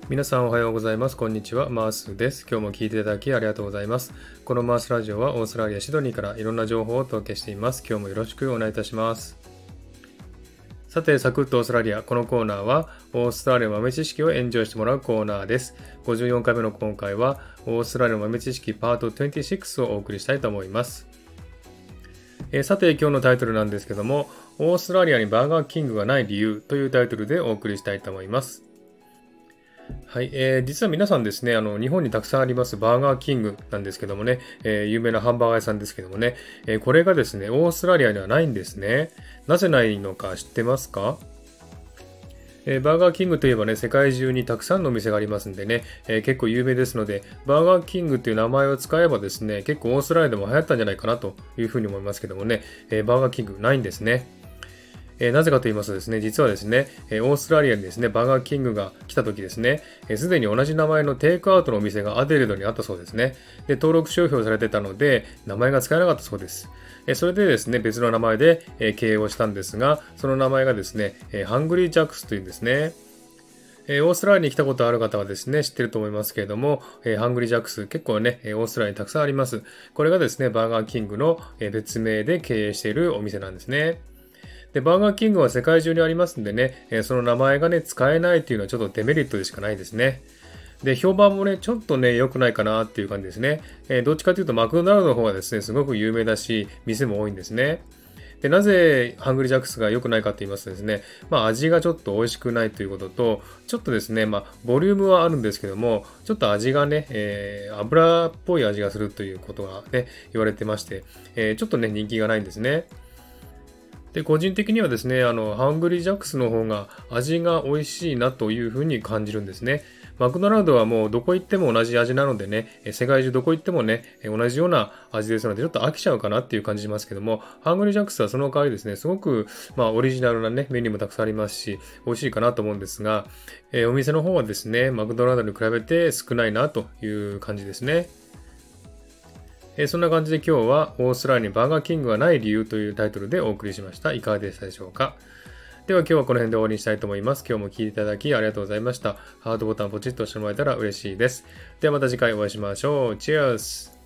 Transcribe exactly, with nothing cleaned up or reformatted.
皆さんおはようございます。こんにちは。マースです。今日も聞いていただきありがとうございます。このマースラジオはオーストラリア・シドニーからいろんな情報をお届けしています。今日もよろしくお願いいたします。さて、サクッとオーストラリア。このコーナーはオーストラリアの豆知識をエンジョイしてもらうコーナーです。ごじゅうよんかいめの今回はオーストラリアの豆知識パートにじゅうろくをお送りしたいと思います。えー、さて、今日のタイトルなんですけども、オーストラリアにバーガーキングがない理由というタイトルでお送りしたいと思います。はい、えー、実は皆さんですね、あの、日本にたくさんありますバーガーキングなんですけどもね、えー、有名なハンバーガー屋さんですけどもね、えー、これがですね、オーストラリアにはないんですね。なぜないのか知ってますか？えー、バーガーキングといえばね、世界中にたくさんのお店がありますんでね、えー、結構有名ですので、バーガーキングという名前を使えばですね、結構オーストラリアでも流行ったんじゃないかなというふうに思いますけどもね、えー、バーガーキングないんですね。えー、なぜかと言いますとですね、実はですね、えー、オーストラリアにですね、バーガーキングが来た時ですね、すで、えー、に同じ名前のテイクアウトのお店がアデレードにあったそうですね。で、登録商標されてたので、名前が使えなかったそうです。えー、それでですね、別の名前で、えー、経営をしたんですが、その名前がですね、えー、ハングリージャックスというんですね。えー、オーストラリアに来たことある方はですね、知ってると思いますけれども、えー、ハングリージャックス結構ね、オーストラリアにたくさんあります。これがですね、バーガーキングの別名で経営しているお店なんですね。で、バーガーキングは世界中にありますんでね、えー、その名前がね、使えないっていうのはちょっとデメリットでしかないですね。で、評判もね、ちょっとね、良くないかなっていう感じですね。えー、どっちかというと、マクドナルドの方はですね、すごく有名だし、店も多いんですね。で、なぜハングリージャックスが良くないかと言いますとですね、まあ味がちょっと美味しくないということと、ちょっとですね、まあボリュームはあるんですけども、ちょっと味がね、えー、油っぽい味がするということがね、言われてまして、えー、ちょっとね、人気がないんですね。で、個人的にはですね、あの、ハングリージャックスの方が味が美味しいなというふうに感じるんですね。マクドナルドはもうどこ行っても同じ味なのでね、世界中どこ行ってもね、同じような味ですので、ちょっと飽きちゃうかなっていう感じしますけども、ハングリージャックスはその代わりですね、すごく、まあ、オリジナルなね、メニューもたくさんありますし、美味しいかなと思うんですが、えー、お店の方はですね、マクドナルドに比べて少ないなという感じですね。えー、そんな感じで今日はオーストラリアにバーガーキングがない理由というタイトルでお送りしました。いかがでしたでしょうか？では今日はこの辺で終わりにしたいと思います。今日も聞いていただきありがとうございました。ハートボタンポチッと押してもらえたら嬉しいです。ではまた次回お会いしましょう。チェアス